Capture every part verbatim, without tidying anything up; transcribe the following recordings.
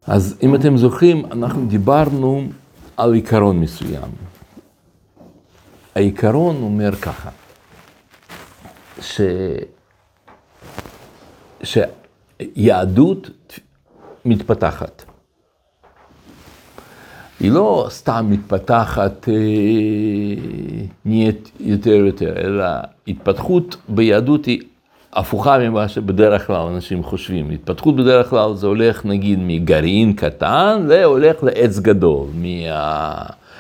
אז אם אתם זוכרים, אנחנו דיברנו על עיקרון מסוים. העיקרון אומר ככה, ש... שיהדות מתפתחת. היא לא סתם מתפתחת, נהיית יותר יותר, אלא התפתחות ביהדות היא הפוכה ממה שבדרך כלל אנשים חושבים. התפתחות בדרך כלל זה הולך נגיד מגרעין קטן, והולך לעץ גדול, מה...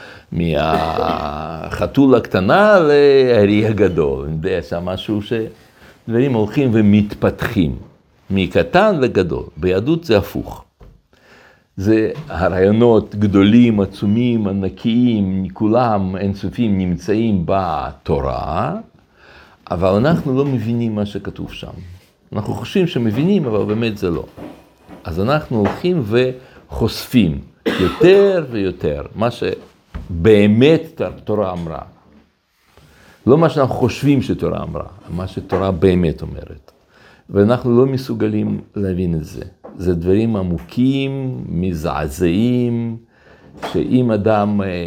מהחתול הקטנה להרי הגדול. אני יודע שמשהו שדברים הולכים ומתפתחים, מקטן לגדול. ביהדות זה הפוך. זה הרעיונות גדולים, עצומים, ענקיים, כולם אינסופיים נמצאים בתורה, אבל אנחנו לא מבינים מה שכתוב שם. אנחנו חושבים שמבינים, אבל באמת זה לא. אז אנחנו הולכים וחושפים יותר ויותר מה שבאמת תורה אמרה. לא מה שאנחנו חושבים שתורה אמרה, מה שתורה באמת אומרת. ואנחנו לא מסוגלים להבין את זה. זה דברים עמוקים, מזעזעים, שאם אדם אה,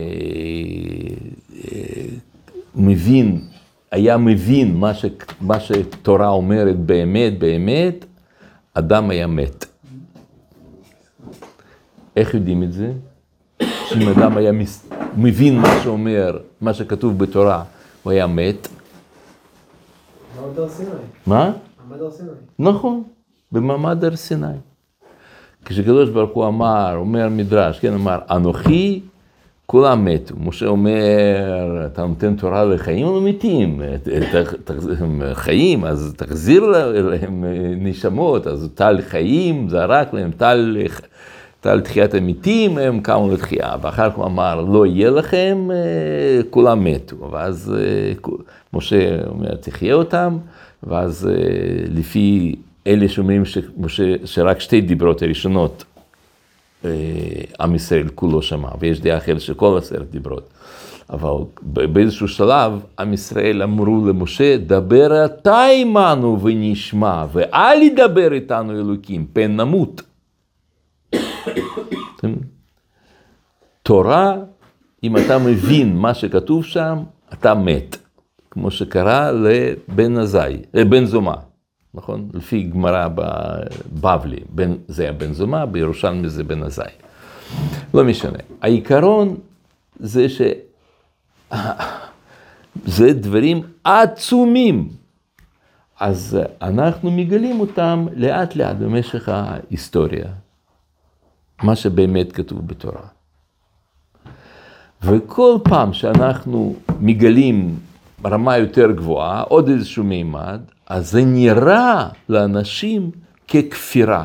אה, מבין, היה מבין מה, ש, מה שתורה אומרת באמת, באמת, אדם היה מת. איך יודעים את זה? שאם אדם היה מבין מה שאומר, מה שכתוב בתורה, הוא היה מת. מעמד הר סיני. מה? מעמד הר סיני. נכון, במעמד הר סיני. כשקדוש ברוך הוא אמר, אומר מדרש, כן, אמר, אנוכי, כולם מתו. משה אומר, אתה נותן תורה לחיים או מתים? הם חיים, אז תחזיר להם נשמות, אז טל חיים, זרק להם, טל, טל תחיית המתים, הם קמו לתחייה. ואחר כך הוא אמר, לא יהיה לכם, כולם מתו. ואז משה אומר, תחיה אותם, ואז לפי אלה שאומרים שמשה, שרק שתי דיברות הראשונות, עם ישראל כולו שמע, ויש דעה אחרת שכל עשרת דיברות. אבל באיזשהו שלב, עם ישראל אמרו למשה, דבר אתה עמנו ונשמע, ואל ידבר איתנו אלוקים, פן נמות. תורה, אם אתה מבין מה שכתוב שם, אתה מת. כמו שקרה לבן עזאי, בן זומא. נכון? לפי גמרא בבבלי, בן, זה היה בן זומא, בירושלמי זה בן עזאי. לא משנה. העיקרון זה ש... זה דברים עצומים. אז אנחנו מגלים אותם לאט לאט במשך ההיסטוריה. מה שבאמת כתוב בתורה. וכל פעם שאנחנו מגלים ברמה יותר גבוהה, עוד איזשהו מימד, אז זה נראה לאנשים ככפירה.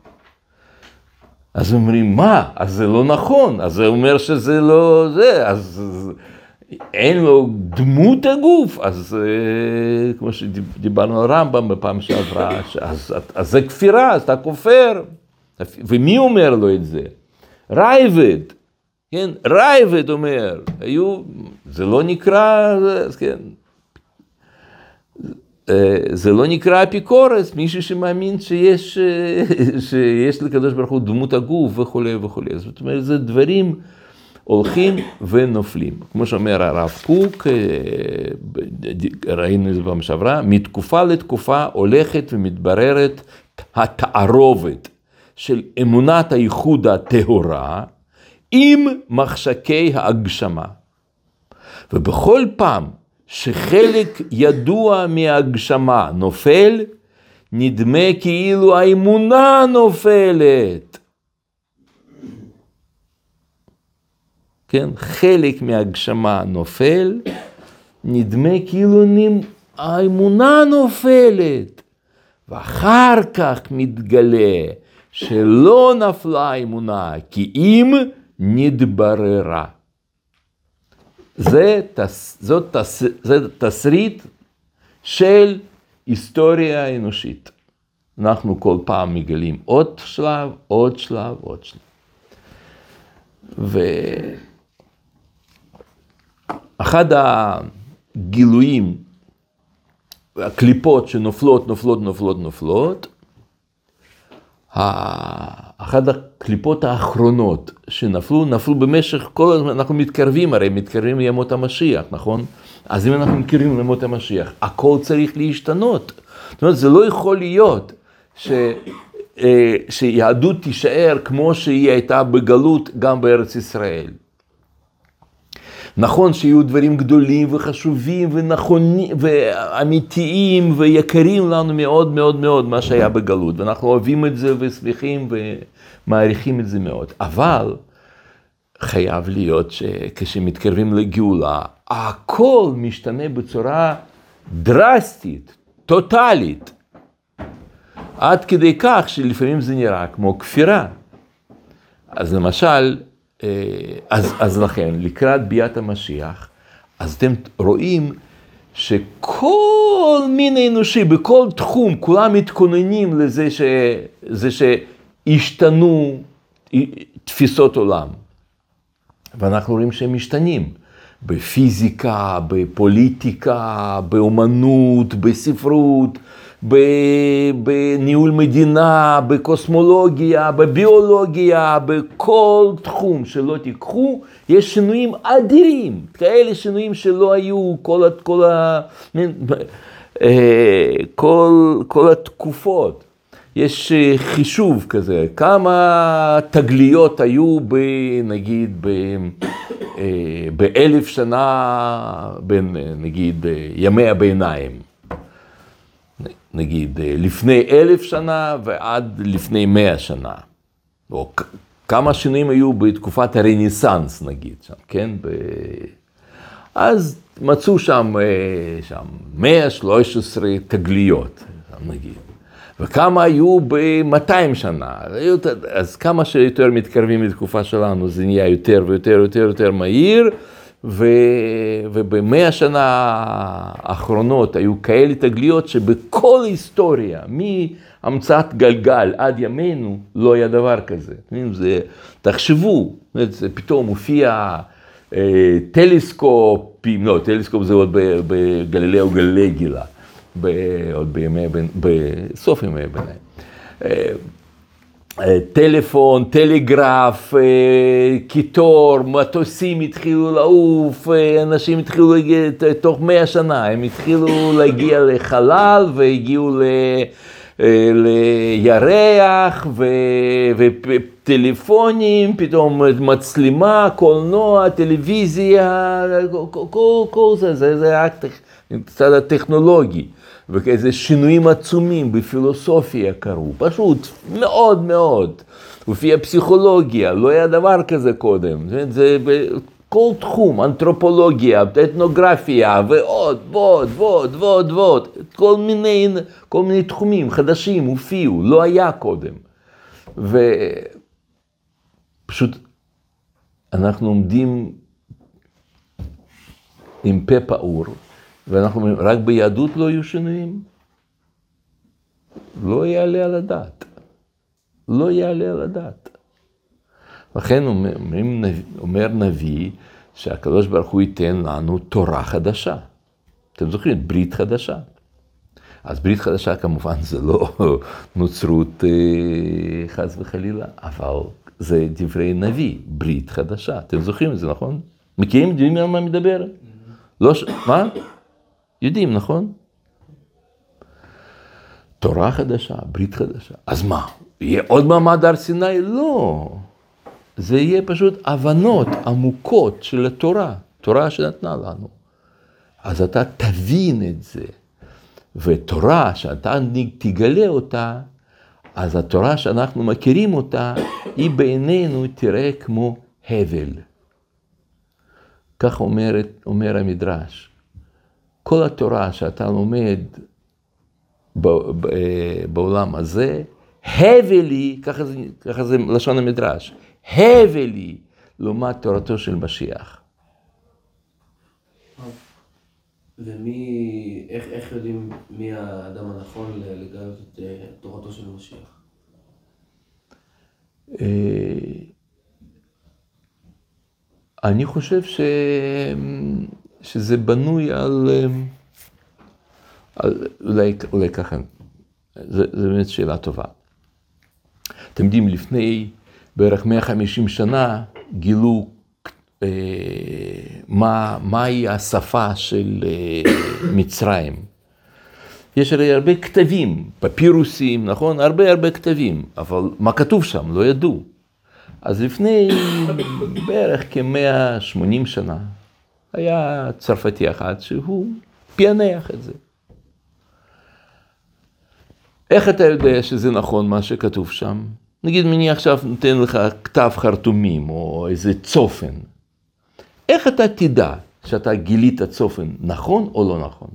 אז אומרים, מה? אז זה לא נכון, אז זה אומר שזה לא זה, אז אין לו דמות הגוף, אז כמו שדיברנו על רמב"ם בפעם שעברה, אז, אז זה כפירה, אז אתה כופר. ומי אומר לו את זה? רייבד, כן? רייבד אומר, היו, זה לא נקרא, אז כן. זה לא נקרא אפיקורס, מישהו שמאמין שיש, שיש לקדוש ברוך הוא דמות הגוף וכו' וכו'. זאת אומרת, זה דברים הולכים ונופלים. כמו שאומר הרב קוק, ראינו את זה פעם שעברה, מתקופה לתקופה הולכת ומתבררת התערובת של אמונת הייחוד הטהורה עם מחשקי ההגשמה. ובכל פעם שחלק ידוע מההגשמה נופל, נדמה כאילו האמונה נופלת. כן, חלק מההגשמה נופל, נדמה כאילו האמונה נופלת. ואחר כך מתגלה שלא נפלה האמונה, כי אם נתבררה. זה, זאת, זה תסריט של היסטוריה האנושית. אנחנו כל פעם מגלים עוד שלב, עוד שלב, עוד שלב. ואחד הגילויים, הקליפות שנופלות, נופלות, נופלות, נופלות, אחת הקליפות האחרונות שנפלו, נפלו במשך כל הזמן, אנחנו מתקרבים, הרי מתקרבים לימות המשיח, נכון? אז אם אנחנו מתקרבים לימות המשיח, הכל צריך להשתנות. זאת אומרת, זה לא יכול להיות ש, שיהדות תישאר כמו שהיא הייתה בגלות גם בארץ ישראל. נכון שיהיו דברים גדולים וחשובים ונכונים ואמיתיים ויקרים לנו מאוד מאוד מאוד מה שהיה בגלות. ואנחנו אוהבים את זה ושמחים ומעריכים את זה מאוד. אבל חייב להיות שכשמתקרבים לגאולה, הכל משתנה בצורה דרסטית, טוטלית. עד כדי כך שלפעמים זה נראה כמו כפירה. אז למשל, אז, אז לכן, לקראת ביאת המשיח, אז אתם רואים שכל מין אנושי, בכל תחום, כולם מתכוננים לזה ש, זה שהשתנו תפיסות עולם. ואנחנו רואים שהם משתנים. בפיזיקה, בפוליטיקה, באומנות, בספרות, בניהול מדינה, בקוסמולוגיה, בביולוגיה, בכל תחום שלא תיקחו, יש שינויים אדירים, כאלה שינויים שלא היו כל, כל, כל, כל התקופות. יש חישוב כזה, כמה תגליות היו ב, נגיד, ב, באלף שנה, בין, נגיד, ימי הביניים. נגיד, לפני אלף שנה ועד לפני מאה שנה. או כמה שינויים היו בתקופת הרניסנס, נגיד, שם, כן? ב... אז מצאו שם, שם מאה ושלוש עשרה תגליות, נגיד. וכמה היו ב-מאתיים שנה. אז כמה שיותר מתקרבים לתקופה שלנו, זה נהיה יותר ויותר יותר יותר מהיר, ו... ובמאה השנה האחרונות היו כאלה תגליות שבכל היסטוריה, מהמצאת גלגל עד ימינו, לא היה דבר כזה. זה, תחשבו, זה פתאום מופיע אה, טלסקופים, לא, טלסקופ זה עוד בגלילאו גלילי גילה, עוד בימי, בסוף ימי הביניים. אה, טלפון, טלגרף, קיטור, מטוסים התחילו לעוף, אנשים התחילו להגיע, תוך מאה שנה, הם התחילו להגיע לחלל והגיעו ל, לירח ו, וטלפונים, פתאום מצלמה, קולנוע, טלוויזיה, כל, כל, כל זה, זה, זה רק צד הטכנולוגי. וכאיזה שינויים עצומים בפילוסופיה קרו, פשוט מאוד מאוד. לפי הפסיכולוגיה, לא היה דבר כזה קודם. זה, זה בכל תחום, אנתרופולוגיה, אתנוגרפיה, ועוד, ועוד, ועוד, ועוד, ועוד. כל מיני, כל מיני תחומים חדשים הופיעו, לא היה קודם. ופשוט אנחנו עומדים עם פה פעור, ואנחנו אומרים, רק ביהדות לא יהיו שינויים? לא יעלה על הדעת. לא יעלה על הדעת. לכן אומר, אומר נביא שהקדוש ברוך הוא ייתן לנו תורה חדשה. אתם זוכרים, ברית חדשה. אז ברית חדשה כמובן זה לא נוצרות חס וחלילה, אבל זה דברי נביא, ברית חדשה. אתם זוכרים את זה, נכון? מכירים? יודעים על מה מדבר? לא ש... מה? יודעים, נכון? תורה חדשה, ברית חדשה. אז מה? יהיה עוד מעמד הר סיני? לא. זה יהיה פשוט הבנות עמוקות של התורה, תורה שנתנה לנו. אז אתה תבין את זה. ותורה שאתה תגלה אותה, אז התורה שאנחנו מכירים אותה, היא בעינינו תראה כמו הבל. כך אומר, אומר המדרש. כל התורה שאתה לומד בעולם הזה, הבלי, ככה זה, ככה זה לשון המדרש, הבלי לעומת תורתו של משיח. ומי, איך, איך יודעים מי האדם הנכון לגלות את תורתו של משיח? אני חושב ש... שזה בנוי על, על אולי, אולי ככה, זה, זה באמת שאלה טובה. אתם יודעים, לפני בערך מאה וחמישים שנה גילו אה, מה, מהי השפה של אה, מצרים. יש הרי הרבה כתבים, פפירוסים, נכון? הרבה הרבה כתבים, אבל מה כתוב שם? לא ידעו. אז לפני בערך כ-מאה ושמונים שנה, היה צרפתי אחד שהוא פענח את זה. איך אתה יודע שזה נכון מה שכתוב שם? נגיד, אני עכשיו נותן לך כתב חרטומים או איזה צופן. איך אתה תדע שאתה גילית צופן נכון או לא נכון?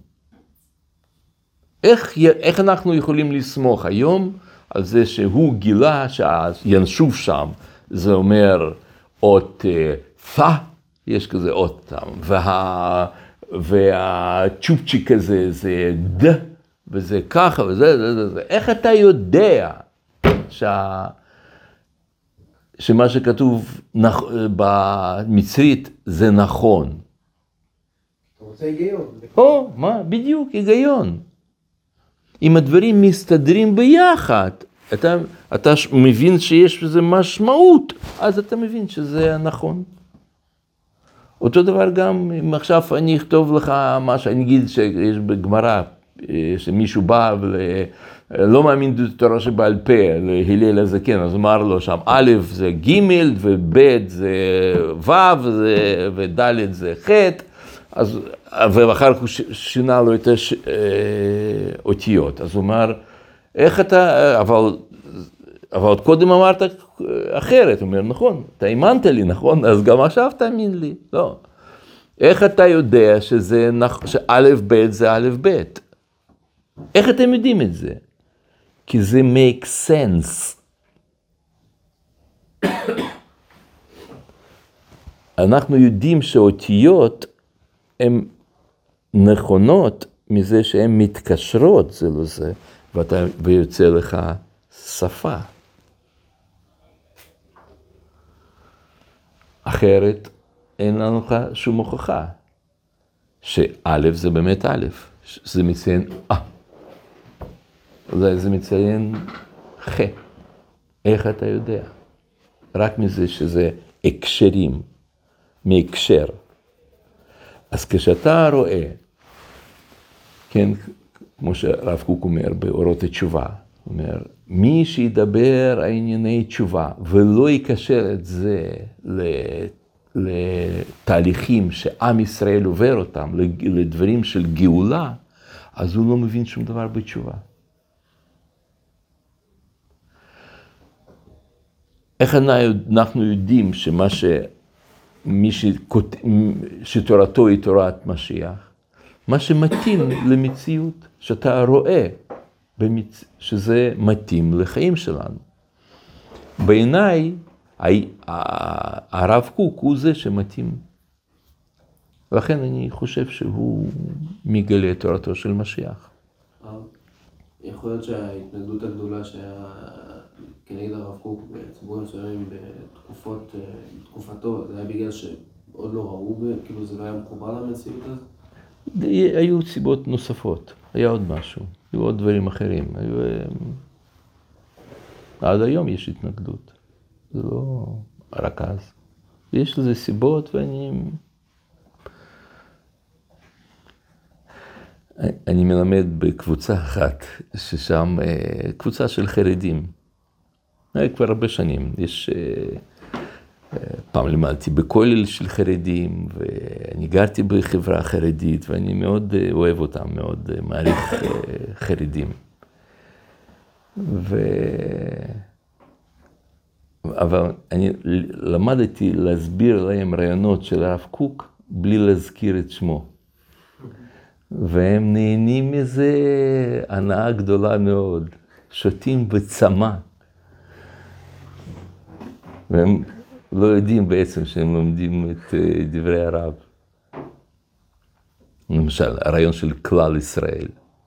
איך, איך אנחנו יכולים לסמוך היום על זה שהוא גילה שהינשוף שם, זה אומר אות ת, יש כזה אות שם, וה, והצ'ופצ'יק הזה זה ד, וזה ככה וזה, זה, זה, זה. איך אתה יודע שה, שמה שכתוב נכ, במצרית זה נכון? אתה רוצה היגיון. או, מה? בדיוק, היגיון. אם הדברים מסתדרים ביחד, אתה, אתה מבין שיש בזה משמעות, אז אתה מבין שזה נכון. אותו דבר גם, אם עכשיו אני אכתוב לך מה שאני אגיד שיש בגמרא, שמישהו בא ולא מאמין בתורה שבעל פה, להלל הזקן, אז אמר לו שם, א' זה ג' וב' זה ו' וד' זה ח', אז, ואחר כך שינה לו את האותיות. אז הוא אמר, איך אתה, אבל, אבל קודם אמרת אחרת. הוא אומר, נכון, אתה האמנת לי, נכון? אז גם עכשיו תאמין לי. לא. איך אתה יודע שזה, שא' ב' זה א' ב'? איך אתם יודעים את זה? כי זה make sense. אנחנו יודעים שאותיות הן נכונות מזה שהן מתקשרות זה לזה, ואתה, ויוצא לך שפה. אחרת אין לנו שום הוכחה, שא' זה באמת א', זה מציין אה, אולי זה מציין ח'. איך אתה יודע? רק מזה שזה הקשרים, מהקשר. אז כשאתה רואה, כן, כמו שהרב קוק אומר באורות התשובה, הוא אומר, מי שידבר על ענייני תשובה ולא יקשר את זה לתהליכים שעם ישראל עובר אותם, לדברים של גאולה, אז הוא לא מבין שום דבר בתשובה. איך אנחנו יודעים שמה ש... מי שכות... שתורתו היא תורת משיח, מה שמתאים למציאות, שאתה רואה במצ... שזה מתאים לחיים שלנו. בעיניי, הרב קוק הוא זה שמתאים. לכן אני חושב שהוא מגלה את תורתו של משיח. יכול להיות שההתנגדות הגדולה שהיה כנגד הרב קוק בציבורים מסוימים בתקופות, בתקופתו, זה היה בגלל שעוד לא ראו, כאילו זה לא היה מחובר למציאות הזאת? היו סיבות נוספות, היה עוד משהו, היו עוד דברים אחרים. היו... עד היום יש התנגדות, זה לא רק אז. יש לזה סיבות ואני... אני מלמד בקבוצה אחת, ששם קבוצה של חרדים. כבר הרבה שנים. יש, פעם לימדתי בכולל של חרדים, ואני גרתי בחברה חרדית, ואני מאוד אוהב אותם, מאוד מעריך חרדים. ו... אבל אני למדתי להסביר להם רעיונות של הרב קוק, בלי להזכיר את שמו. והם נהנים מזה הנאה גדולה מאוד, שותים בצמא. והם לא יודעים בעצם שהם לומדים את דברי הרב. למשל, הרעיון של כלל ישראל.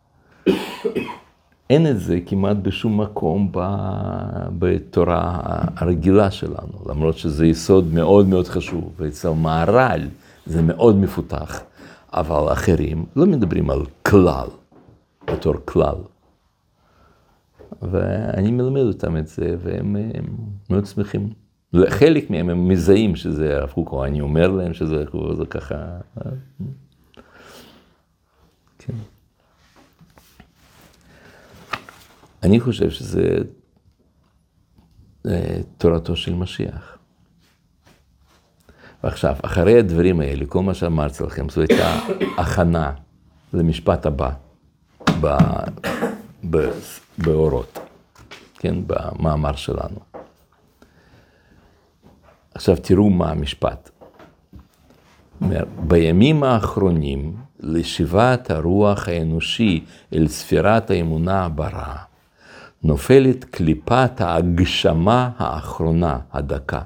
אין את זה כמעט בשום מקום בתורה הרגילה שלנו, למרות שזה יסוד מאוד מאוד חשוב, ואצל מהר"ל זה מאוד מפותח. אבל אחרים לא מדברים על כלל, בתור כלל. ואני מלמד אותם את זה, והם מאוד שמחים. חלק מהם הם מזהים שזה הרב קוק, או אני אומר להם שזה זה ככה. כן. אני חושב שזה תורתו של משיח. ועכשיו, אחרי הדברים האלה, כל מה שאמרתי לכם, זו הייתה הכנה למשפט הבא באורות, כן, במאמר שלנו. עכשיו תראו מה המשפט. בימים האחרונים, לשיבת הרוח האנושי אל ספירת האמונה הבאה, נופלת קליפת ההגשמה האחרונה, הדקה.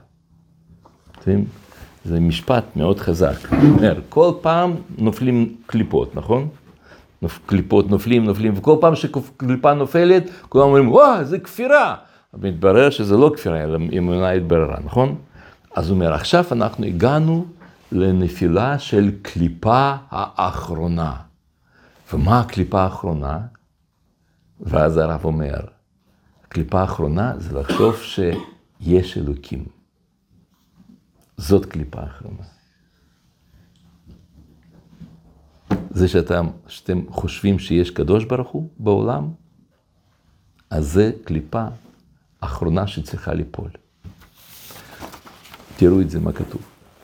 זה משפט מאוד חזק. כל פעם נופלים קליפות, נכון? קליפות נופלים, נופלים, וכל פעם שקליפה נופלת, כולם אומרים, וואה, זה כפירה. מתברר שזה לא כפירה, אלא אמונה התבררה, נכון? אז הוא אומר, עכשיו אנחנו הגענו לנפילה של קליפה האחרונה. ומה הקליפה האחרונה? ואז הרב אומר, הקליפה האחרונה זה לחשוב שיש אלוקים. זאת קליפה האחרונה. זה שאתם, שאתם חושבים שיש קדוש ברוך הוא בעולם, אז זה קליפה האחרונה שצריכה ליפול. תראו את זה מה כתוב.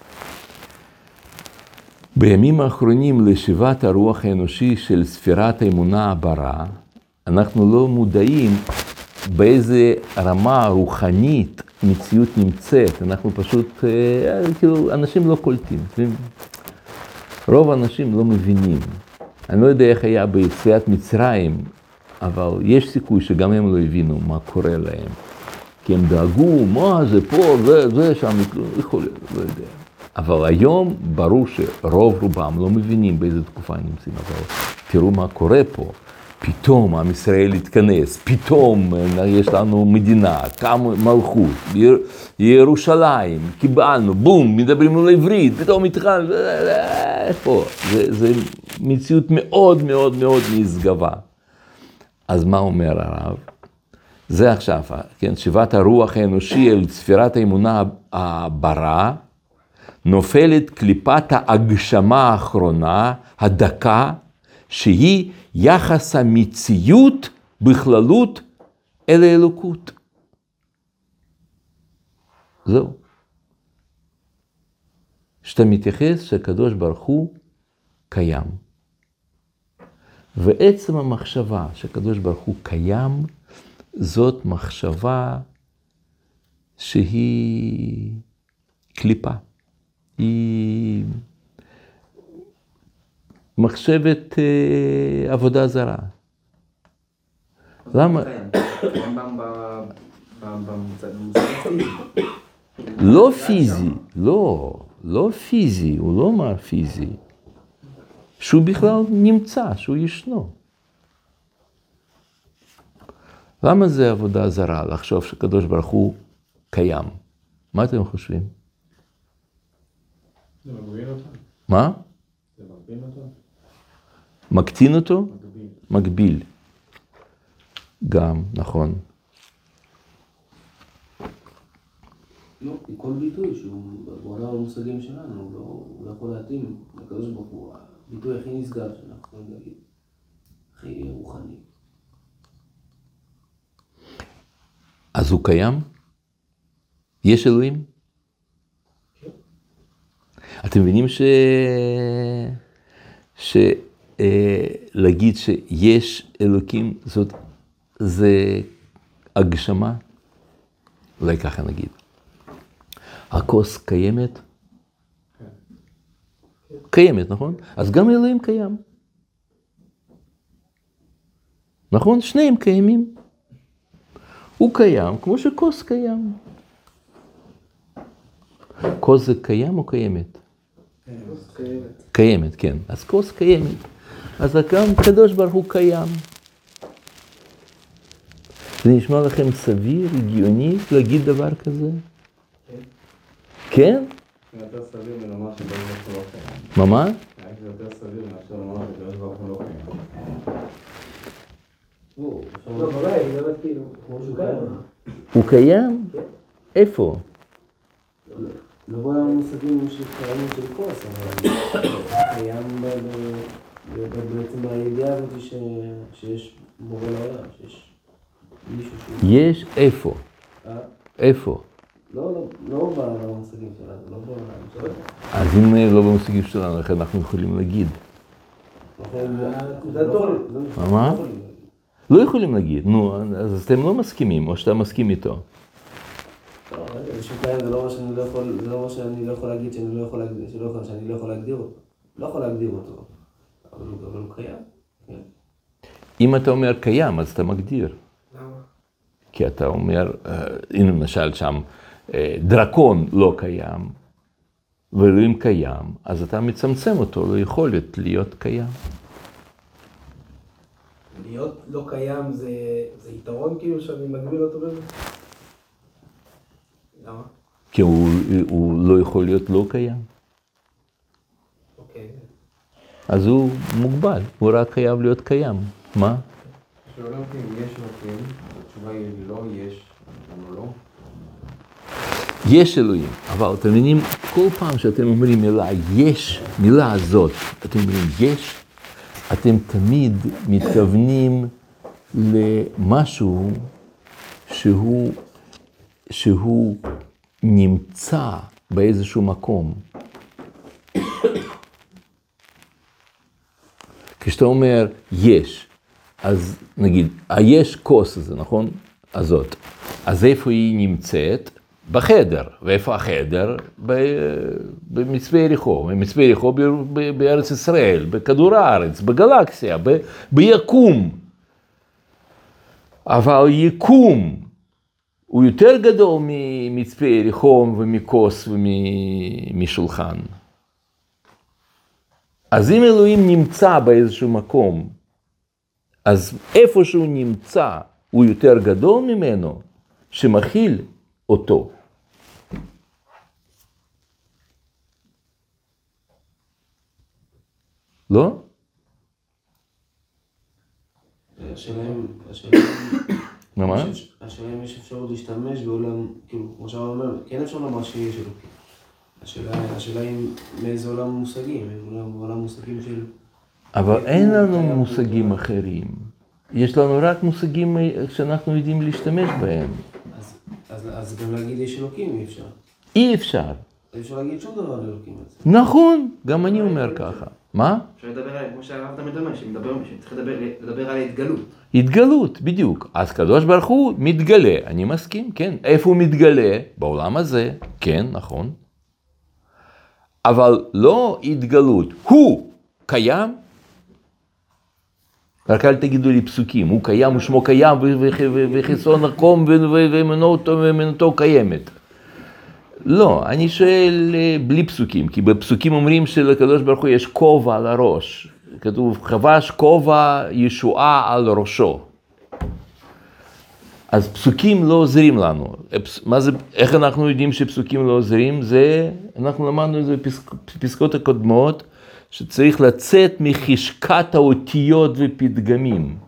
בימים האחרונים לשיבת הרוח האנושי של ספירת האמונה הבאה, אנחנו לא מודעים באיזה רמה רוחנית מציאות נמצאת. אנחנו פשוט, כאילו, אנשים לא קולטים. רוב האנשים לא מבינים. אני לא יודע איך היה ביציאת מצרים, אבל יש סיכוי שגם הם לא הבינו מה קורה להם. כי הם דאגו, מה זה פה, זה, זה, שם, יכול להיות, לא יודע. אבל היום ברור שרוב רובם לא מבינים באיזה תקופה הם נמצאים, אבל תראו מה קורה פה. פתאום עם ישראל התכנס, פתאום יש לנו מדינה, קם מלכות, ירושלים, קיבלנו, בום, מדברים על עברית, פתאום התחלנו, איפה? זה, זה מציאות מאוד מאוד מאוד נשגבה. אז מה אומר הרב? זה עכשיו, כן, שיבת הרוח האנושי אל ספירת האמונה הבאה, נופלת קליפת ההגשמה האחרונה, הדקה, שהיא יחס המציאות בכללות אל האלוקות. זהו. שאתה מתייחס שהקדוש ברוך הוא קיים. ועצם המחשבה שהקדוש ברוך הוא קיים, זאת מחשבה שהיא קליפה. היא מחשבת אה, עבודה זרה. למה? לא פיזי, לא, לא פיזי, הוא לא אומר פיזי. שהוא בכלל נמצא, שהוא ישנו. למה זה עבודה זרה לחשוב שקדוש ברוך הוא קיים? מה אתם חושבים? זה מגביל אותו. מה? זה מגביל אותו. מקטין אותו? מגביל. מגביל. גם, נכון. לא, כל ביטוי שהוא בעולם המושגים שלנו, הוא לא יכול להתאים לקדוש ברוך הוא. הביטוי הכי נסגר שאנחנו יכולים להגיד, הכי רוחני. אז הוא קיים? יש אלוהים? כן. אתם מבינים ש... ש... להגיד שיש אלוקים, זאת, זה הגשמה? אולי ככה נגיד. הכוס קיימת? כן. קיימת, נכון? אז גם אלוהים קיים. נכון? שניהם קיימים. הוא קיים כמו שכוס קיים. כוס זה קיים או קיימת? קיימת. קיימת, כן. אז כוס קיימת. אז גם קדוש ברוך הוא קיים. זה נשמע לכם סביר, הגיוני, להגיד דבר כזה? כן. כן? זה יותר סביר מלומר שקדוש ברוך הוא לא קיים. מה מה? זה יותר סביר מאשר לומר שקדוש ברוך הוא לא קיים. הוא, לא, בוודאי, זה באמת כאילו. כמו שהוא קיים. הוא קיים? איפה? לא רואה מושגים של קיימות של כוס, אבל קיים בעצם הידיעה הזאת שיש מורה לעולם, שיש מישהו שהוא... יש איפה? איפה? לא, לא, לא במושגים שלנו, לא בעולם שלנו. אז אם לא במושגים שלנו, איך אנחנו יכולים להגיד? זה טוב. מה? לא יכולים להגיד, נו, אז אתם לא מסכימים, או שאתה מסכים איתו. שהוא קיים, זה לא מה שאני לא יכול, זה לא מה שאני לא יכול להגיד שאני לא יכול להגדיר, שלא יכול, שאני לא יכול להגדיר אותו. לא יכול להגדיר אותו, אבל הוא, אבל הוא קיים. כן. אם אתה אומר קיים, אז אתה מגדיר. למה? כי אתה אומר, הנה למשל שם, דרקון לא קיים, ואלוהים קיים, אז אתה מצמצם אותו ליכולת להיות קיים. להיות לא קיים זה, זה יתרון כאילו שאני מגביל אותו בזה? למה? כי הוא, הוא לא יכול להיות לא קיים. אוקיי. אז הוא מוגבל, הוא רק חייב להיות קיים. מה? שואלים אותי אם יש אלוקים, התשובה היא לא, יש, למה לא? יש אלוהים, אבל אתם מבינים, כל פעם שאתם אומרים מילה יש, מילה הזאת, אתם אומרים יש, אתם תמיד מתכוונים למשהו שהוא, שהוא נמצא באיזשהו מקום. כשאתה אומר יש, אז נגיד, היש כוס הזה, נכון? הזאת. אז איפה היא נמצאת? בחדר. ואיפה החדר? במצפה יריחו. במצפה יריחו בארץ ישראל, בכדור הארץ, בגלקסיה, ב- ביקום. אבל יקום הוא יותר גדול ממצפה יריחו ומכוס ומשולחן. אז אם אלוהים נמצא באיזשהו מקום, אז איפה שהוא נמצא הוא יותר גדול ממנו, שמכיל אותו. לא? השאלה אם, השאלה אם, מה? השאלה אם יש אפשרות להשתמש בעולם, כאילו, כמו שאמר אומר, כן אפשר לומר שיש אלוקים. השאלה, השאלה אם מאיזה עולם מושגים, עולם, עולם מושגים של... אבל אין לנו מושגים אחרים. יש לנו רק מושגים שאנחנו יודעים להשתמש בהם. אז, אז, אז גם להגיד יש אלוקים אי אפשר. אי אפשר. אי אפשר להגיד שום דבר על אלוקים. נכון, גם אני אומר ככה. מה? אפשר לדבר, כמו שהרב תמיד אומר, שמדבר, שצריך לדבר, לדבר על ההתגלות. התגלות, בדיוק. אז קדוש ברוך הוא מתגלה, אני מסכים, כן. איפה הוא מתגלה? בעולם הזה, כן, נכון. אבל לא התגלות. הוא קיים, רק אל תגידו לי פסוקים, הוא קיים ושמו קיים וחיסון החום ומנותו קיימת. לא, אני שואל בלי פסוקים, כי בפסוקים אומרים שלקדוש ברוך הוא יש כובע על הראש. כתוב, חבש כובע ישועה על ראשו. אז פסוקים לא עוזרים לנו. מה זה, איך אנחנו יודעים שפסוקים לא עוזרים? זה, אנחנו למדנו את זה בפסקות הקודמות, שצריך לצאת מחשקת האותיות ופתגמים.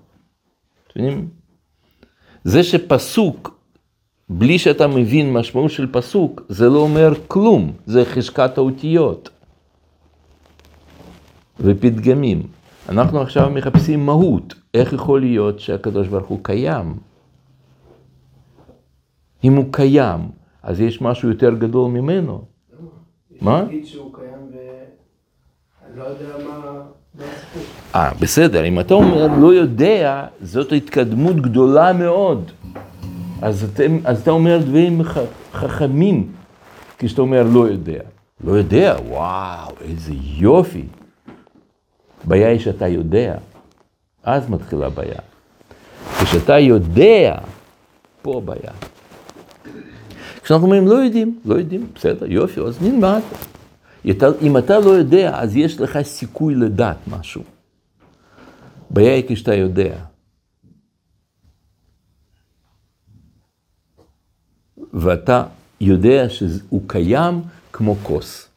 זה שפסוק, בלי שאתה מבין משמעות של פסוק, זה לא אומר כלום, זה חשקת האותיות ופתגמים. אנחנו עכשיו מחפשים מהות, איך יכול להיות שהקדוש ברוך הוא קיים? אם הוא קיים, אז יש משהו יותר גדול ממנו. מה? יש להגיד שהוא קיים ואני לא יודע מה הסיפור. אה, בסדר, אם אתה אומר לא יודע, זאת התקדמות גדולה מאוד. אז, אתם, אז אתה אומר דברים חכמים, כשאתה אומר לא יודע. לא יודע, וואו, איזה יופי. בעיה היא שאתה יודע, אז מתחילה בעיה. כשאתה יודע, פה בעיה. כשאנחנו אומרים לא יודעים, לא יודעים, בסדר, יופי, אז נלמד. אם אתה לא יודע, אז יש לך סיכוי לדעת משהו. בעיה היא כשאתה יודע. ואתה יודע שהוא קיים כמו כוס.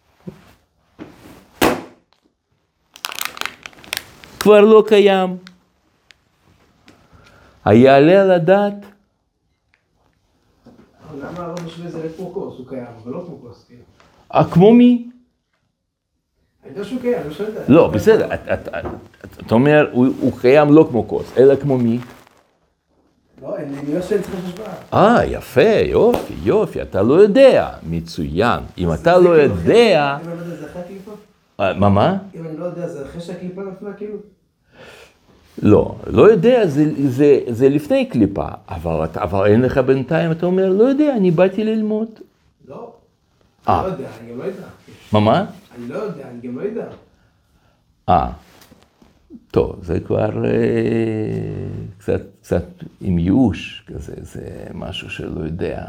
כבר לא קיים. היעלה על הדעת? אבל למה לא משווה זה כמו כוס? הוא קיים, אבל לא כמו כוס. כאילו. אה, כמו מי? אני יודע שהוא קיים, אני שואל את זה. לא, בסדר, אתה אומר, הוא קיים לא כמו כוס, אלא כמו מי? לא, אני לא שאני צריך לשוואה. אה, יפה, יופי, יופי, אתה לא יודע, מצוין. אם אתה לא יודע... אם אני לא יודע, זה אחרי הקליפה? מה, מה? אם אני לא יודע, זה אחרי שהקליפה נפלה, כאילו? לא, לא יודע, זה, זה, זה לפני קליפה, אבל, אבל אין לך בינתיים, אתה אומר, לא יודע, אני באתי ללמוד. לא, אה. אני לא יודע, אני גם לא יודע. מה, מה? אני לא יודע, אני גם לא יודע. אה, טוב, זה כבר אה, קצת, קצת עם ייאוש כזה, זה משהו שלא יודע.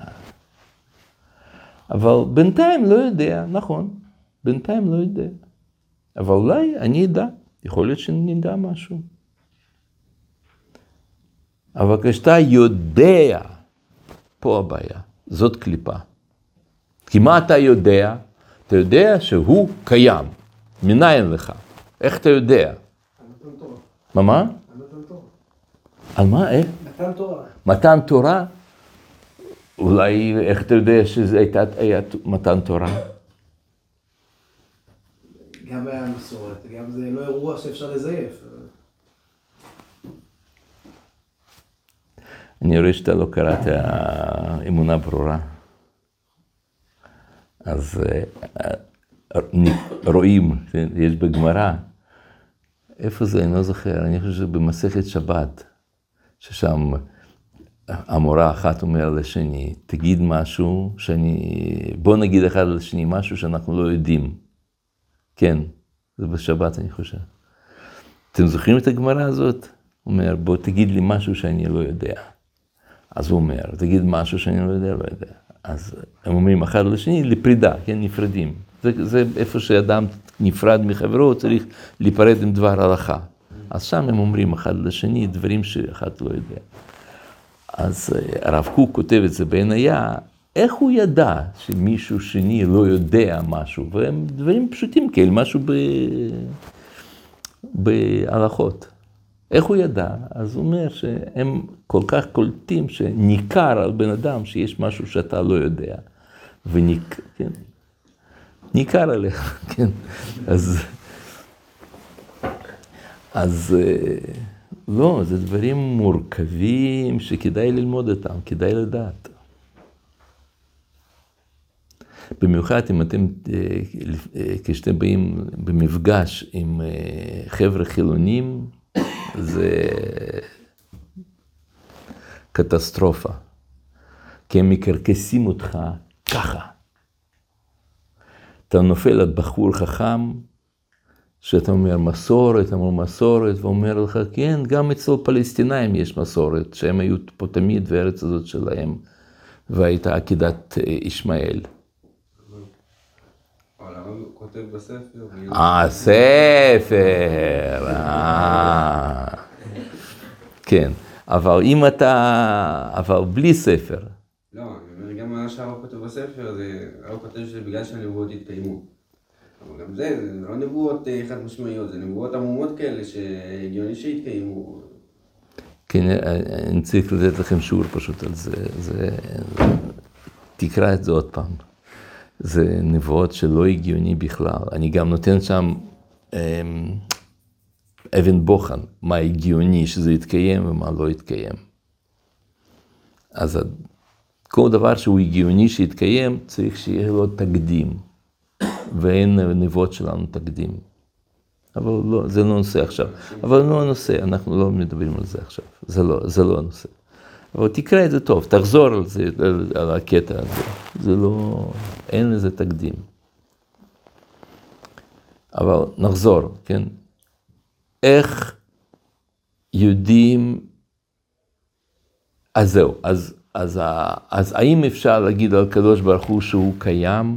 אבל בינתיים לא יודע, נכון, בינתיים לא יודע. אבל אולי אני אדע, יכול להיות שאני אדע משהו. אבל כשאתה יודע, פה הבעיה, זאת קליפה. כי מה אתה יודע? אתה יודע שהוא קיים, מניין לך. איך אתה יודע? מתן תורה. מה מה? מתן תורה. על מה? איך? מתן תורה. מתן תורה? אולי איך אתה יודע שזה הייתה, היה מתן תורה? גם היה מסורת, גם זה לא אירוע שאפשר לזייף. אני רואה שאתה לא קראת אמונה ברורה. אז רואים, יש בגמרא, איפה זה, אני לא זוכר, אני חושב שבמסכת שבת, ששם המורה אחת אומר לשני, תגיד משהו שאני, בוא נגיד אחד לשני משהו שאנחנו לא יודעים. כן, זה בשבת אני חושב. אתם זוכרים את הגמרא הזאת? הוא אומר, בוא תגיד לי משהו שאני לא יודע. אז הוא אומר, תגיד משהו שאני לא יודע, לא יודע. אז הם אומרים אחד לשני, לפרידה, כן, נפרדים. זה, זה איפה שאדם נפרד מחברו, צריך להיפרד עם דבר הלכה. אז שם הם אומרים אחד לשני דברים שאחד לא יודע. אז הרב קוק כותב את זה בעינייה, איך הוא ידע שמישהו שני לא יודע משהו, והם דברים פשוטים כאלה, משהו ב... בהלכות. איך הוא ידע? אז הוא אומר שהם כל כך קולטים שניכר על בן אדם שיש משהו שאתה לא יודע. וניכר, כן? ניכר עליך, כן? אז... אז... לא, זה דברים מורכבים שכדאי ללמוד אותם, כדאי לדעת. במיוחד אם אתם, כשאתם באים במפגש עם חבר'ה חילונים, זה קטסטרופה. כי הם מקרקסים אותך ככה. אתה נופל על בחור חכם, שאתה אומר מסורת, אמרו מסורת, ואומר לך, כן, גם אצל פלסטינאים יש מסורת, שהם היו פה תמיד בארץ הזאת שלהם, והייתה עקידת ישמעאל. אבל הרב כותב בספר. אה, ספר, אה, כן, אבל אם אתה, אבל בלי ספר. לא, אני אומר, גם מה שהרב כותב בספר, הרב כותב שבגלל שהנבואות התקיימו. אבל גם זה, זה לא נבואות חד משמעיות, זה נבואות עמומות כאלה שהגיוני שהתקיימו. כן, אני צריך לתת לכם שיעור פשוט על זה, זה, תקרא את זה עוד פעם. זה נבואות שלא הגיוני בכלל. אני גם נותן שם אבן בוחן, מה הגיוני שזה יתקיים ומה לא יתקיים. אז כל דבר שהוא הגיוני שיתקיים, צריך שיהיה לו תקדים. ואין נבואות שלנו תקדים. אבל לא, זה לא נושא עכשיו. אבל לא נושא, אנחנו לא מדברים על זה עכשיו. זה לא, זה לא הנושא. אבל תקרא את זה טוב, תחזור על זה, על, על הקטע הזה. זה לא, אין לזה תקדים. אבל נחזור, כן? איך יודעים, אז זהו, אז, אז, אז האם אפשר להגיד על קדוש ברוך הוא שהוא קיים?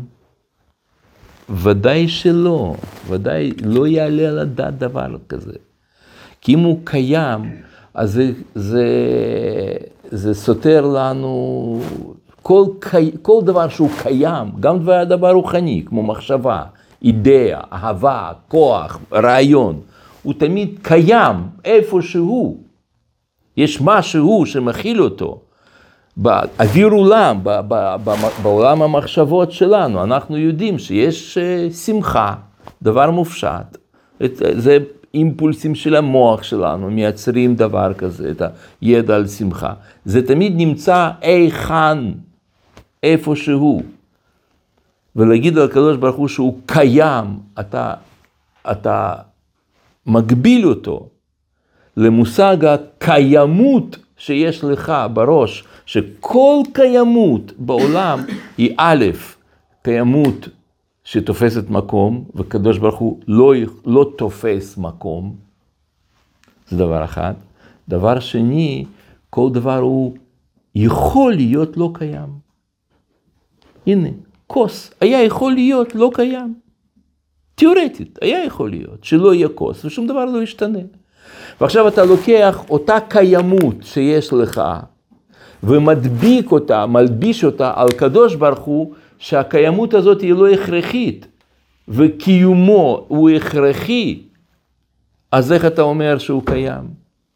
ודאי שלא, ודאי לא יעלה על הדעת דבר כזה. כי אם הוא קיים, אז זה, זה, זה סותר לנו כל, כל דבר שהוא קיים, גם דבר, דבר רוחני, כמו מחשבה, אידאה, אהבה, כוח, רעיון, הוא תמיד קיים איפה שהוא. יש משהו שמכיל אותו. באוויר עולם, בעולם המחשבות שלנו, אנחנו יודעים שיש שמחה, דבר מופשט. זה אימפולסים של המוח שלנו, מייצרים דבר כזה, את הידע על שמחה. זה תמיד נמצא איכן, איפשהו. ולהגיד על הקדוש ברוך הוא שהוא קיים, אתה, אתה מגביל אותו למושג הקיימות שיש לך בראש, שכל קיימות בעולם היא א', קיימות שתופסת מקום, וקדוש ברוך הוא לא, לא תופס מקום. זה דבר אחד. דבר שני, כל דבר הוא יכול להיות לא קיים. הנה, כוס היה יכול להיות לא קיים. תיאורטית, היה יכול להיות שלא יהיה כוס, ושום דבר לא ישתנה. ועכשיו אתה לוקח אותה קיימות שיש לך, ומדביק אותה, מלביש אותה על קדוש ברוך הוא, שהקיימות הזאת היא לא הכרחית, וקיומו הוא הכרחי, אז איך אתה אומר שהוא קיים?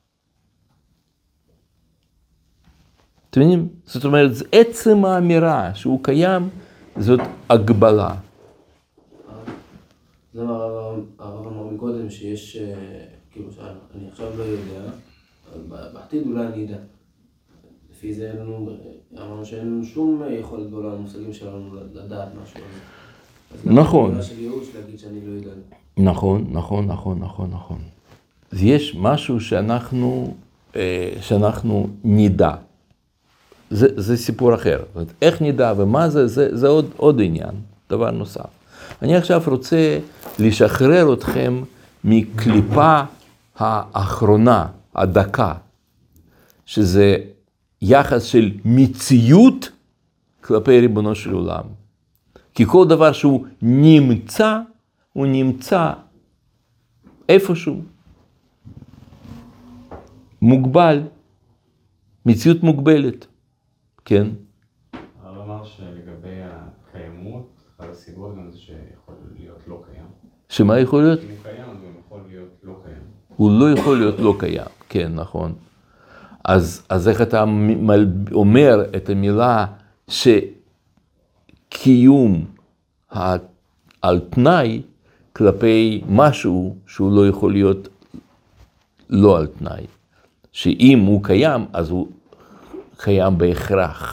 אתם מבינים? זאת אומרת, עצם האמירה שהוא קיים, זאת הגבלה. זה מה הרב אמר מקודם, שיש, כאילו, אני עכשיו לא יודע, בעתיד אולי אני יודע. לפי זה אמרנו שאין לנו שום יכולת בעולם המושגים שלנו לדעת משהו. נכון. אז של ייאוש להגיד שאני לא יודע. נכון, נכון, נכון, נכון, נכון. אז יש משהו שאנחנו, שאנחנו נדע. זה, זה סיפור אחר. איך נדע ומה זה, זה, זה עוד, עוד עניין, דבר נוסף. אני עכשיו רוצה לשחרר אתכם מקליפה האחרונה, הדקה, שזה יחס של מציאות כלפי ריבונו של עולם. כי כל דבר שהוא נמצא, הוא נמצא איפשהו. מוגבל, מציאות מוגבלת. כן? הרב אמר שלגבי הקיימות, אחת הסיבות גם זה שיכול להיות לא קיים. שמה יכול להיות? אם הוא קיים, אז הוא יכול להיות לא קיים. הוא לא יכול להיות לא קיים, כן, נכון. אז, אז איך אתה אומר את המילה שקיום על תנאי כלפי משהו שהוא לא יכול להיות לא על תנאי. שאם הוא קיים, אז הוא קיים בהכרח.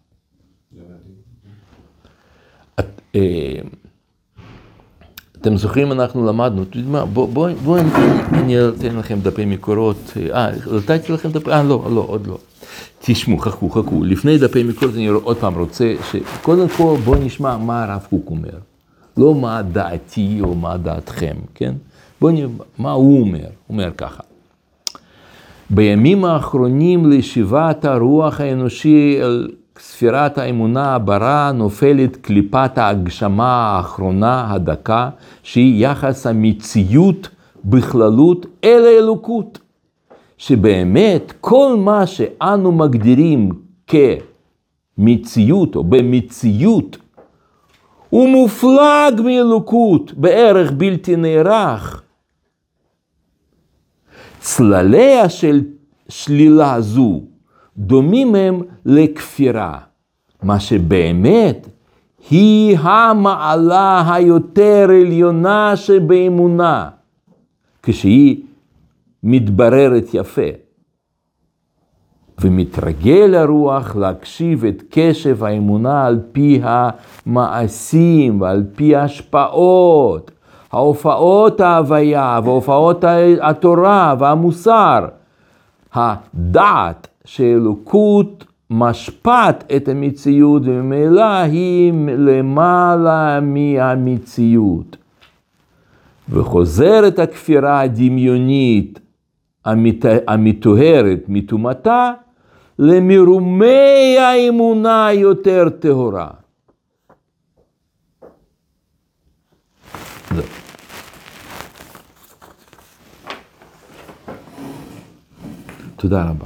את, אה, אתם זוכרים, אנחנו למדנו, אתה יודע מה, בואו בוא, בוא, אני אתן לכם דפי מקורות, אה, נתתי לכם דפי, אה, לא, לא, עוד לא. תשמעו, חכו, חכו, לפני דפי מקורות אני עוד פעם רוצה, שקודם כל בואו נשמע מה הרב קוק אומר. לא מה דעתי או מה דעתכם, כן? בואו נראה מה הוא אומר, הוא אומר ככה. בימים האחרונים לשיבת הרוח האנושי אל ספירת האמונה הברה נופלת קליפת ההגשמה האחרונה הדקה, שהיא יחס המציאות בכללות אל האלוקות. שבאמת כל מה שאנו מגדירים כמציאות או במציאות, הוא מופלג מאלוקות בערך בלתי נערך. צלליה של שלילה זו דומים הם לכפירה, מה שבאמת היא המעלה היותר עליונה שבאמונה, כשהיא מתבררת יפה. ומתרגל הרוח להקשיב את קשב האמונה על פי המעשים ועל פי ההשפעות, ההופעות ההוויה וההופעות התורה והמוסר, הדעת שאלוקות משפט את המציאות וממילא היא למעלה מהמציאות. וחוזרת הכפירה הדמיונית המטוהרת מטומאתה למרומי האמונה יותר טהורה. זהו. תודה רבה.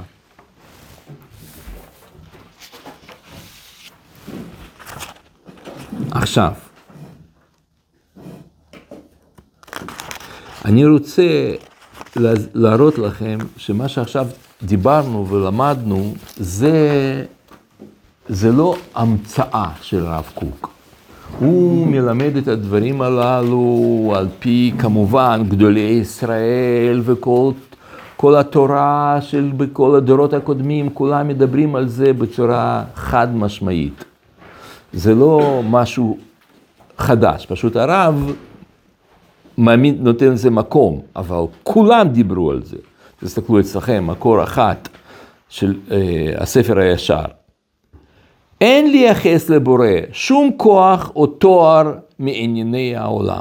עכשיו, אני רוצה להראות לכם שמה שעכשיו דיברנו ולמדנו, זה, זה לא המצאה של הרב קוק. הוא מלמד את הדברים הללו על פי כמובן גדולי ישראל וכל כל התורה של בכל הדורות הקודמים, כולם מדברים על זה בצורה חד משמעית. זה לא משהו חדש, פשוט הרב מעמיד, נותן לזה מקום, אבל כולם דיברו על זה. תסתכלו אצלכם, מקור אחת של אה, הספר הישר. אין לייחס לבורא שום כוח או תואר מענייני העולם.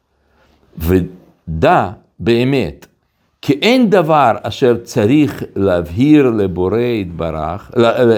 ודע באמת, כי אין דבר אשר צריך להבהיר לבורא יתברך,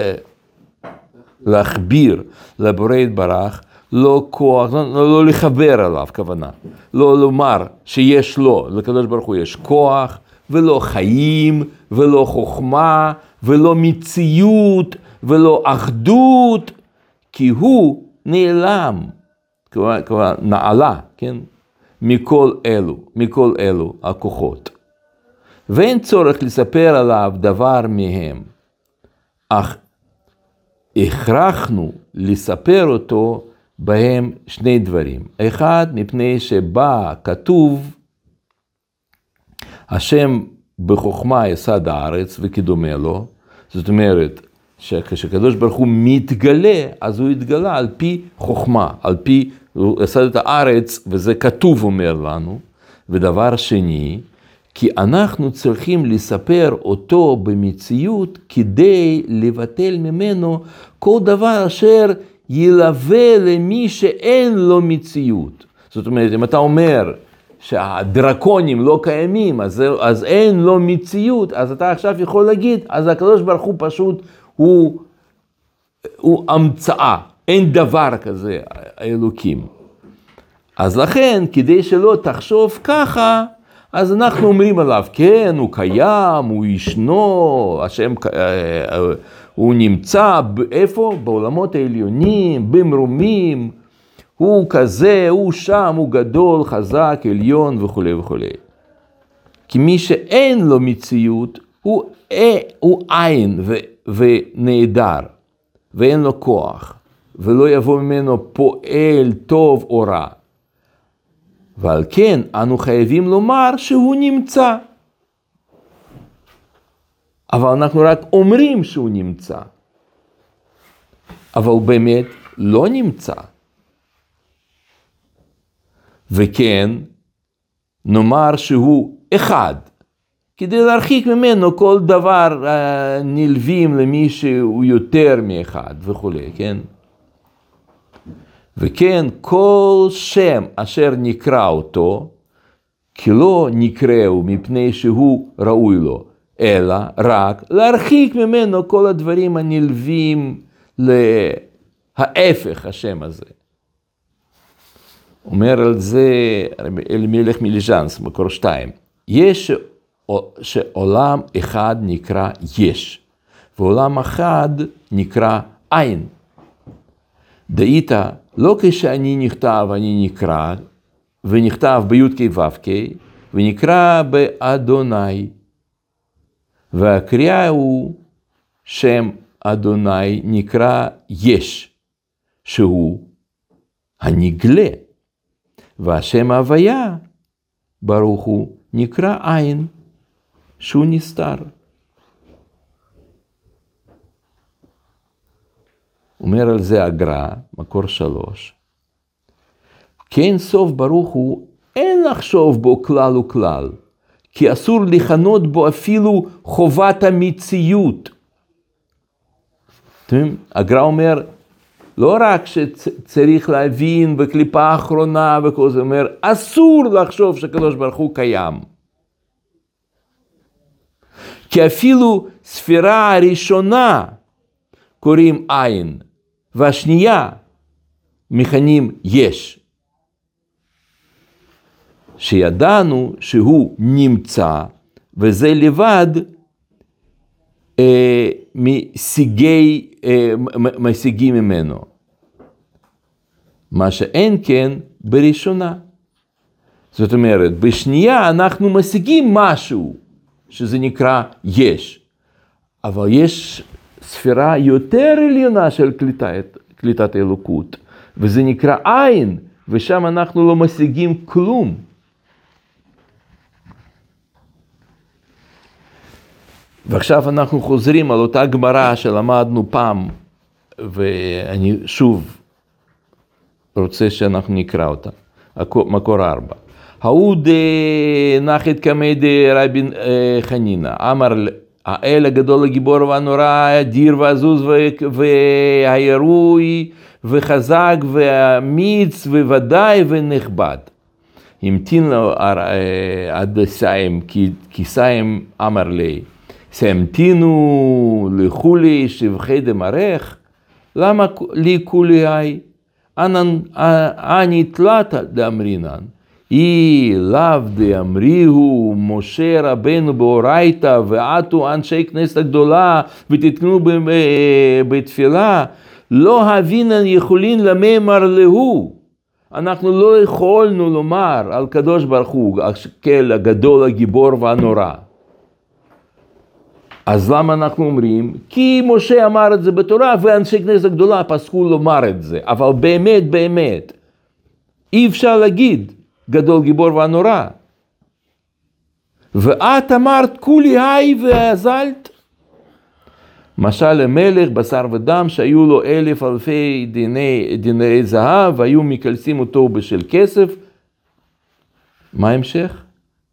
להכביר לבורא יתברך, לא כוח, לא, לא לחבר עליו כוונה, לא לומר שיש לו, לקדוש ברוך הוא יש כוח, ולא חיים, ולא חוכמה, ולא מציאות, ולא אחדות, כי הוא נעלם, כבר, כבר נעלה, כן? מכל אלו, מכל אלו הכוחות. ואין צורך לספר עליו דבר מהם, אך הכרחנו לספר אותו בהם שני דברים. אחד, מפני שבא כתוב, השם בחוכמה יסד הארץ וכדומה לו, זאת אומרת, שכשקדוש ברוך הוא מתגלה, אז הוא יתגלה על פי חוכמה, על פי, הוא יסד את הארץ, וזה כתוב אומר לנו. ודבר שני, כי אנחנו צריכים לספר אותו במציאות, כדי לבטל ממנו כל דבר אשר ילווה למי שאין לו מציאות. זאת אומרת, אם אתה אומר שהדרקונים לא קיימים, אז, אז אין לו מציאות, אז אתה עכשיו יכול להגיד, אז הקדוש ברוך הוא פשוט, הוא, הוא המצאה, אין דבר כזה, האלוקים. אז לכן, כדי שלא תחשוב ככה, אז אנחנו אומרים עליו, כן, הוא קיים, הוא ישנו, השם, הוא נמצא, איפה? בעולמות העליונים, במרומים, הוא כזה, הוא שם, הוא גדול, חזק, עליון וכו' וכו'. כי מי שאין לו מציאות, הוא, הוא עין ו, ונהדר, ואין לו כוח, ולא יבוא ממנו פועל טוב או רע. ועל כן, אנו חייבים לומר שהוא נמצא. אבל אנחנו רק אומרים שהוא נמצא. אבל הוא באמת לא נמצא. וכן, נאמר שהוא אחד, כדי להרחיק ממנו כל דבר uh, נלווים למי שהוא יותר מאחד וכו', כן? וכן, כל שם אשר נקרא אותו, כי לא נקראו מפני שהוא ראוי לו, אלא רק להרחיק ממנו כל הדברים הנלווים להפך השם הזה. אומר על זה אלימלך מליז'נס, מקור שתיים. יש שעולם אחד נקרא יש, ועולם אחד נקרא אין. דאית, לא כשאני נכתב, אני נקרא, ונכתב בי' כ' ו' כ', ונקרא באדוני. והקריאה הוא שם אדוני נקרא יש, שהוא הנגלה. והשם הוויה, ברוך הוא, נקרא עין, שהוא נסתר. אומר על זה הגר"א, מקור שלוש. כן סוף ברוך הוא, אין לחשוב בו כלל וכלל, כי אסור לכנות בו אפילו חובת המציאות. הגר"א אומר, לא רק שצריך להבין בקליפה האחרונה וכל זה, אומר, אסור לחשוב שקדוש ברוך הוא קיים. כי אפילו ספירה הראשונה קוראים עין, והשנייה מכנים יש. שידענו שהוא נמצא, וזה לבד אה, משיגי, אה, משיגים ממנו. מה שאין כן בראשונה. זאת אומרת, בשנייה אנחנו משיגים משהו שזה נקרא יש, אבל יש ספירה יותר עליונה של קליטת, קליטת אלוקות, וזה נקרא עין, ושם אנחנו לא משיגים כלום. ועכשיו אנחנו חוזרים על אותה גמרא שלמדנו פעם, ואני שוב רוצה שאנחנו נקרא אותה, מקור ארבע. ההוד נחת כמי דרבי חנינא, אמר האל הגדול הגיבור והנורא, האדיר והעזוז והירוי וחזק ואמיץ וודאי ונכבד. המתין לו עד סיים, כי סיים אמר לי, סיימתינו לכולי שבחי דמרך, למה לי כולי היי? אני תלתה דאמרינן, אי לאו דאמריהו משה רבנו באורייתא, ועטו אנשי כנסת הגדולה ותתקנו בתפילה, לא הבינן יכולין למאמר להו. אנחנו לא יכולנו לומר על קדוש ברוך הוא, כל הגדול הגיבור והנורא. אז למה אנחנו אומרים? כי משה אמר את זה בתורה, ואנשי כנסת הגדולה פסקו לומר את זה. אבל באמת, באמת, אי אפשר להגיד גדול גיבור והנורא. ואת אמרת כולי היי ואזלת. משל למלך בשר ודם שהיו לו אלף אלפי דיני, דיני זהב, והיו מקלסים אותו בשל כסף. מה ההמשך?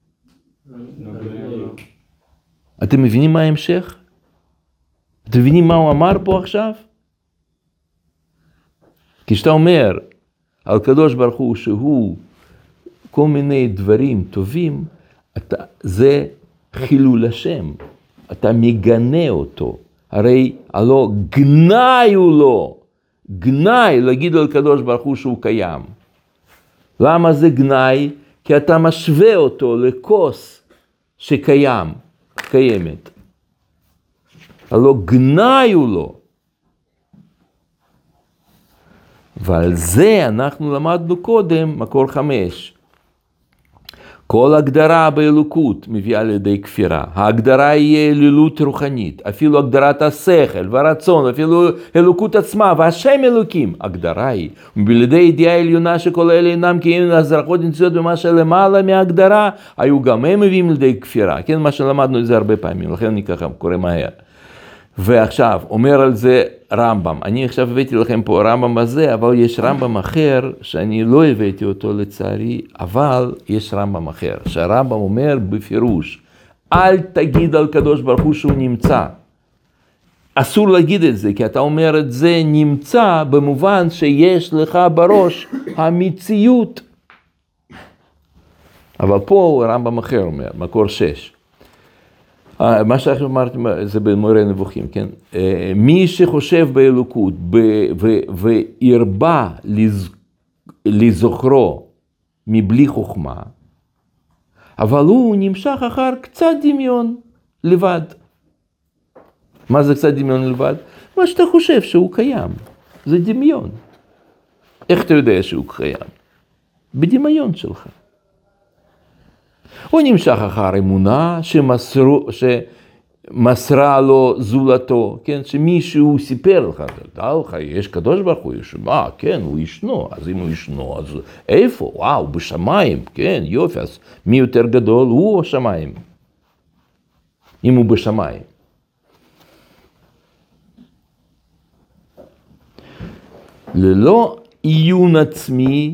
אתם מבינים מה ההמשך? אתם מבינים מה הוא אמר פה עכשיו? כשאתה אומר על קדוש ברוך הוא שהוא כל מיני דברים טובים, אתה, זה חילול השם, אתה מגנה אותו. הרי הלא גנאי הוא לא, גנאי להגיד על קדוש ברוך הוא שהוא קיים. למה זה גנאי? כי אתה משווה אותו לכוס שקיים. קיימת. הלא גנאי הוא לא. ועל זה אנחנו למדנו קודם, מקור חמש. כל הגדרה באלוקות מביאה לידי כפירה. ההגדרה היא אלילות רוחנית, אפילו הגדרת השכל והרצון, אפילו אלוקות עצמה, והשם אלוקים. הגדרה היא, ובלידי ידיעה עליונה שכל אלה אינם כי אין הזרחות נמצאות במה שלמעלה מההגדרה, היו גם הם מביאים לידי כפירה. כן, מה שלמדנו את זה הרבה פעמים, לכן אני ככה קורא מהר. ועכשיו, אומר על זה רמב"ם. אני עכשיו הבאתי לכם פה רמב"ם הזה, אבל יש רמב"ם אחר, שאני לא הבאתי אותו לצערי, אבל יש רמב"ם אחר, שהרמב"ם אומר בפירוש, אל תגיד על קדוש ברוך הוא שהוא נמצא. אסור להגיד את זה, כי אתה אומר את זה נמצא, במובן שיש לך בראש המציאות. אבל פה רמב"ם אחר אומר, מקור שש. מה שעכשיו אמרתי, זה במורה נבוכים, כן? מי שחושב באלוקות והרבה לזוכרו מבלי חוכמה, אבל הוא נמשך אחר קצת דמיון לבד. מה זה קצת דמיון לבד? מה שאתה חושב שהוא קיים, זה דמיון. איך אתה יודע שהוא קיים? בדמיון שלך. הוא נמשך אחר אמונה שמסרו, שמסרה לו זולתו, כן? שמישהו סיפר לך, תדע לך, יש קדוש ברוך הוא, יש, מה, כן, הוא ישנו, אז אם הוא ישנו, אז איפה? וואו, בשמיים, כן, יופי, אז מי יותר גדול? הוא השמיים. אם הוא בשמיים. ללא עיון עצמי,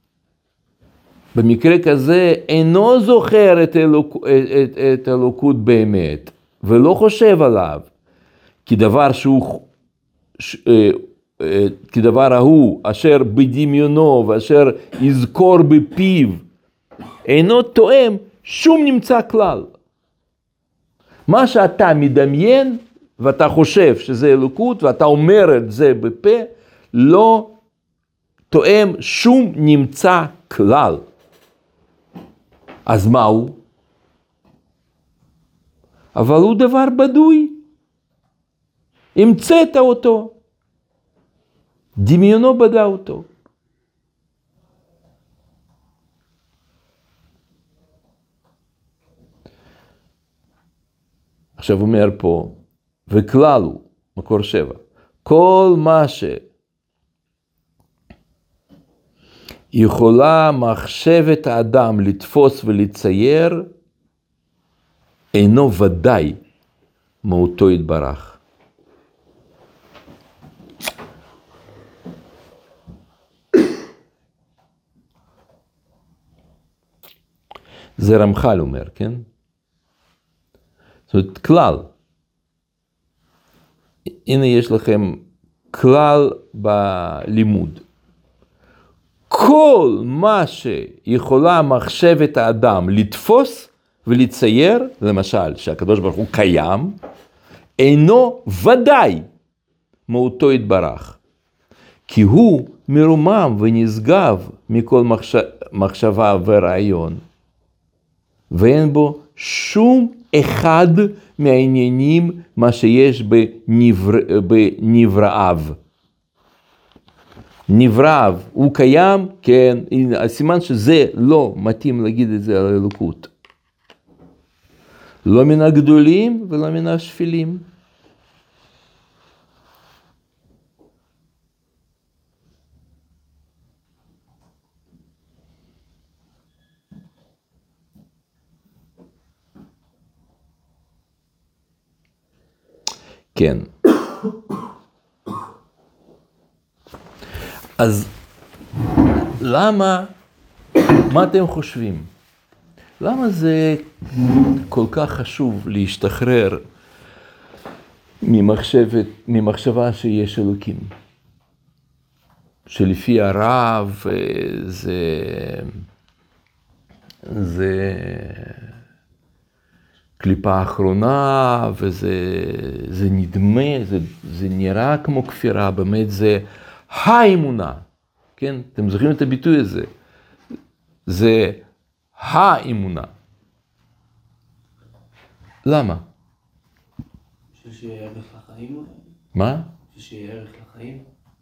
במקרה כזה אינו זוכר את, אלוק, את, את אלוקות באמת, ולא חושב עליו, כדבר שהוא, ש, כדבר ההוא, אשר בדמיונו, ואשר יזכור בפיו, אינו תואם שום נמצא כלל. מה שאתה מדמיין, ואתה חושב שזה אלוקות, ואתה אומר את זה בפה, לא תואם שום נמצא כלל. אז מה הוא? אבל הוא דבר בדוי. המצאת אותו. דמיונו בדה אותו. עכשיו הוא אומר פה, וכלל הוא, מקור שבע, כל מה ש... יכולה מחשבת האדם לתפוס ולצייר, אינו ודאי מהותו יתברך. זה רמח"ל אומר, כן? זאת אומרת, כלל. הנה יש לכם כלל בלימוד. כל מה שיכולה מחשבת האדם לתפוס ולצייר, למשל, שהקדוש ברוך הוא קיים, אינו ודאי מהותו יתברך. כי הוא מרומם ונשגב מכל מחש... מחשבה ורעיון, ואין בו שום אחד מהעניינים מה שיש בנבר... בנבראיו. נבראיו, הוא קיים, כן, הסימן שזה לא מתאים להגיד את זה על האלוקות. לא מן הגדולים ולא מן השפלים. כן. אז למה, מה אתם חושבים? למה זה כל כך חשוב להשתחרר ממחשבת, ממחשבה שיש אלוקים? שלפי הרב זה, זה קליפה האחרונה, וזה זה נדמה, זה, זה נראה כמו כפירה, באמת זה האמונה, כן? אתם זוכרים את הביטוי הזה? זה האמונה. למה? בשביל שיהיה ערך לחיים? מה? בשביל שיהיה ערך לחיים?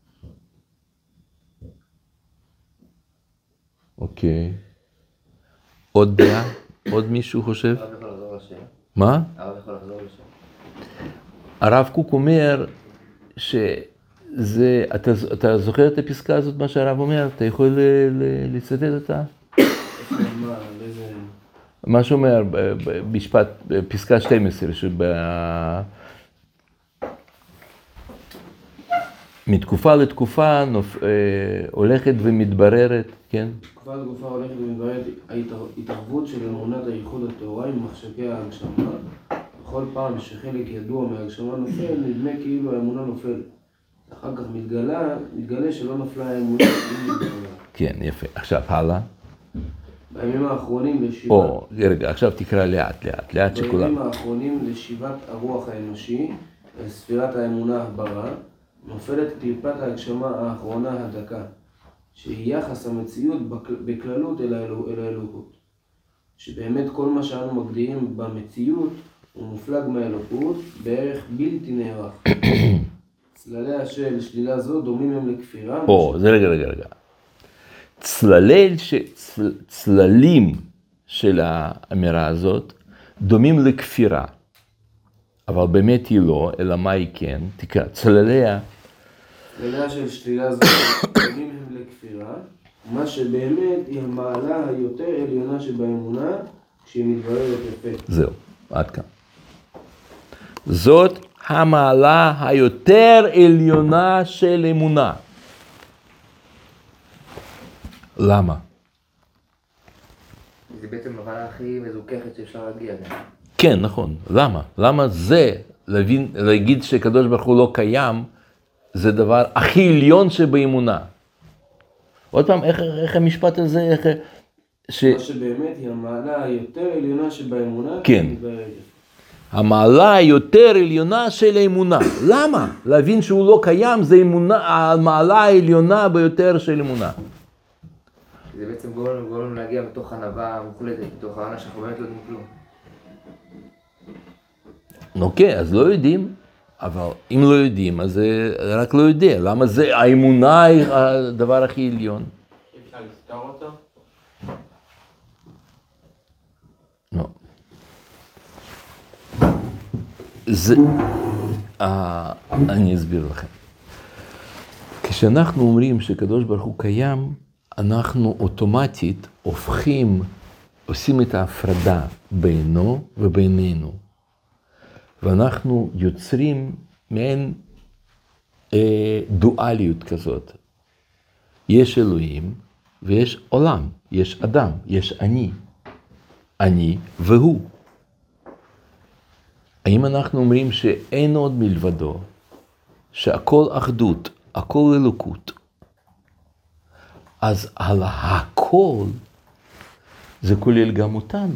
אוקיי. עוד דעה? עוד מישהו חושב? הרב יכול לחזור לשאלה. מה? הרב יכול לחזור לשאלה. הרב קוק אומר שזה, אתה, אתה זוכר את הפסקה הזאת, מה שהרב אומר? אתה יכול ל- ל- לצטט אותה? מה, באיזה... מה שאומר במשפט, פסקה שתים עשרה, שבה... מתקופה לתקופה נופ... הולכת ומתבררת, כן? תקופה לתקופה הולכת ומתבררת ההתערבות של אמונת הייחוד הטהורה עם מחשבי ההגשמה. בכל פעם שחלק ידוע מההגשמה נופל, נדמה כאילו האמונה נופלת. אחר כך מתגלה, מתגלה שלא נפלה האמונה. כן, יפה. עכשיו, הלאה. בימים האחרונים לשיבת... או, רגע, עכשיו תקרא לאט, לאט, לאט שכולם. בימים האחרונים לשיבת הרוח האנושי, אל ספירת האמונה הברה, נופלת קליפת ההגשמה האחרונה הדקה, שהיא יחס המציאות בכללות אל האלוקות. שבאמת כל מה שאנו מגדירים במציאות הוא מופלג מהאלוקות בערך בלתי נערך. צלליה של שלילה זו דומים הם לכפירה. או, זה רגע, רגע, רגע. צללי, צל, צללים של האמירה הזאת דומים לכפירה. אבל באמת היא לא, אלא מה היא כן? תקרא, צלליה. צלליה של שלילה זו דומים הם לכפירה, מה שבאמת היא המעלה היותר עליונה שבאמונה, כשהיא מתבררת יפה. זהו, עד כאן. זאת המעלה היותר עליונה של אמונה. למה? זה בעצם המעלה הכי מזוככת שאפשר להגיע גם. כן, נכון. למה? למה זה, להבין, להגיד שקדוש ברוך הוא לא קיים, זה דבר הכי עליון שבאמונה. עוד פעם, איך, איך המשפט הזה, איך... ש... מה שבאמת היא המעלה היותר עליונה שבאמונה, כן. מתבררת יפה. המעלה היותר עליונה של האמונה. למה? להבין שהוא לא קיים, זה אמונה, המעלה העליונה ביותר של אמונה. זה בעצם גורם גורם להגיע בתוך ענווה מוחלטת, בתוך הענה שאנחנו באמת לא יודעים כלום. אוקיי, אז לא יודעים, אבל אם לא יודעים, אז זה רק לא יודע. למה זה, האמונה היא הדבר הכי עליון. אפשר לסתור אותו? לא. זה, אה, אני אסביר לכם. כשאנחנו אומרים שקדוש ברוך הוא קיים, אנחנו אוטומטית הופכים, עושים את ההפרדה בינו ובינינו. ואנחנו יוצרים מעין אה, דואליות כזאת. יש אלוהים ויש עולם, יש אדם, יש אני. אני והוא. האם אנחנו אומרים שאין עוד מלבדו, שהכל אחדות, הכל אלוקות, אז על הכל זה כולל גם אותנו.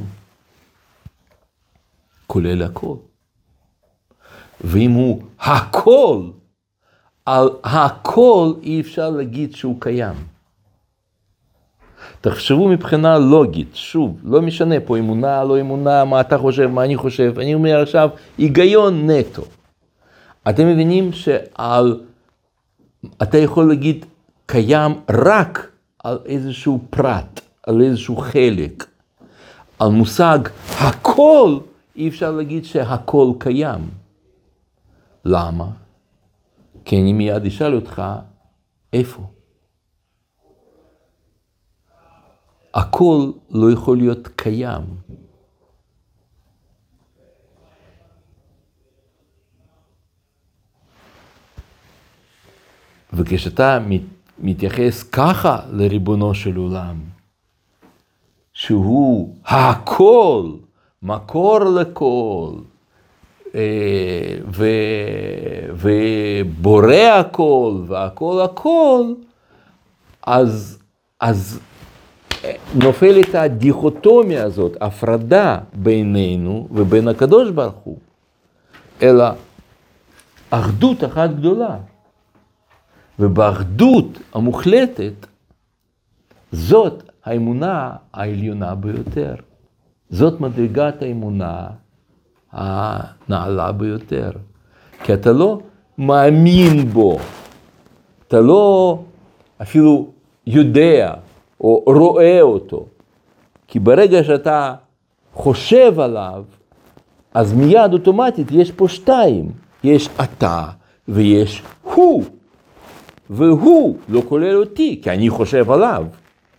כולל הכל. ואם הוא הכל, על הכל אי אפשר להגיד שהוא קיים. תחשבו מבחינה לוגית, שוב, לא משנה פה אמונה, לא אמונה, מה אתה חושב, מה אני חושב, אני אומר עכשיו, היגיון נטו. אתם מבינים שעל, אתה יכול להגיד קיים רק על איזשהו פרט, על איזשהו חלק. על מושג הכל, אי אפשר להגיד שהכל קיים. למה? כי אני מיד אשאל אותך, איפה? הכל לא יכול להיות קיים. וכשאתה מתייחס ככה לריבונו של עולם, שהוא הכל, מקור לכל, ו, ובורא הכל, והכל הכל, אז, אז נופלת הדיכוטומיה הזאת, הפרדה בינינו ובין הקדוש ברוך הוא, אלא אחדות אחת גדולה. ובאחדות המוחלטת, זאת האמונה העליונה ביותר. זאת מדרגת האמונה הנעלה ביותר. כי אתה לא מאמין בו, אתה לא אפילו יודע או רואה אותו. כי ברגע שאתה חושב עליו, אז מיד אוטומטית יש פה שתיים. יש אתה ויש הוא. והוא לא כולל אותי, כי אני חושב עליו.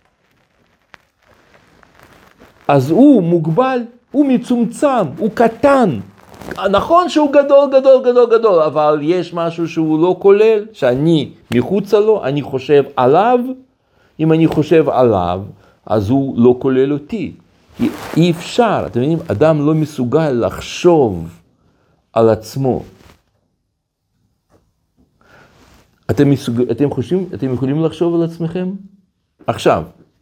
אז הוא מוגבל, הוא מצומצם, הוא קטן. נכון שהוא גדול, גדול, גדול, גדול, אבל יש משהו שהוא לא כולל, שאני מחוצה לו, אני חושב עליו. אם אני חושב עליו, אז הוא לא כולל אותי. כי אי אפשר, אתם מבינים, אדם לא מסוגל לחשוב על עצמו. אתם, מסוג... אתם חושבים, אתם יכולים לחשוב על עצמכם? עכשיו.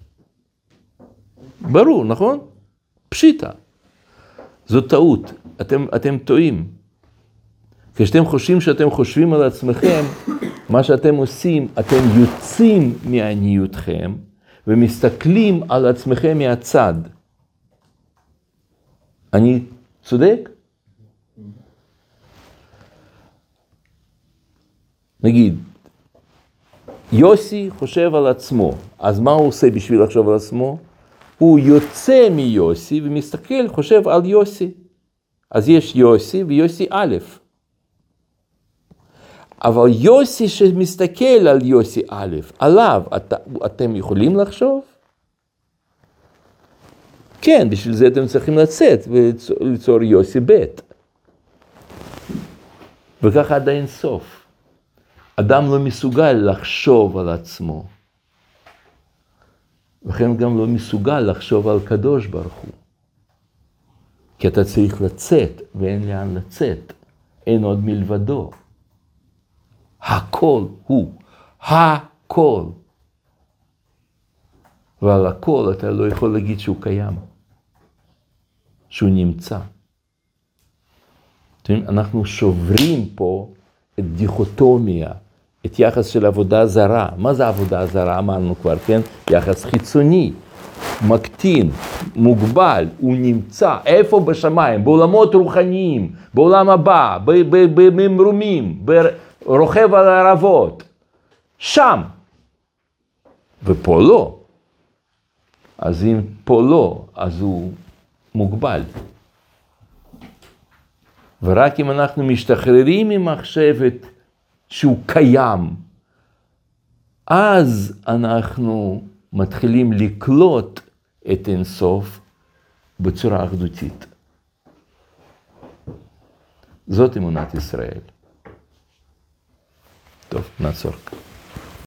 ברור, נכון? פשיטה. זו טעות. אתם, אתם טועים. כשאתם חושבים שאתם חושבים על עצמכם, מה שאתם עושים, אתם יוצאים מעניותכם, ומסתכלים על עצמכם מהצד. אני צודק? נגיד, יוסי חושב על עצמו, אז מה הוא עושה בשביל לחשוב על עצמו? הוא יוצא מיוסי ומסתכל, חושב על יוסי. אז יש יוסי ויוסי א'. אבל יוסי שמסתכל על יוסי א', עליו, את, אתם יכולים לחשוב? כן, בשביל זה אתם צריכים לצאת וליצור יוסי ב'. וככה עד אין סוף. אדם לא מסוגל לחשוב על עצמו. לכן גם לא מסוגל לחשוב על קדוש ברוך הוא. כי אתה צריך לצאת, ואין לאן לצאת. אין עוד מלבדו. הכל הוא. הכל. ועל הכל אתה לא יכול להגיד שהוא קיים. שהוא נמצא. אנחנו שוברים פה את דיכוטומיה. את יחס של עבודה זרה. מה זה עבודה זרה? אמרנו כבר, כן? יחס חיצוני, מקטין, מוגבל, הוא נמצא. איפה בשמיים? בעולמות רוחניים, בעולם הבא, בממרומים, רוכב על הערבות. שם. ופה לא. אז אם פה לא, אז הוא מוגבל. ורק אם אנחנו משתחררים ממחשבת שהוא קיים, אז אנחנו מתחילים לקלוט את אינסוף בצורה אחדותית. זאת אמונת ישראל. טוב, נעצור.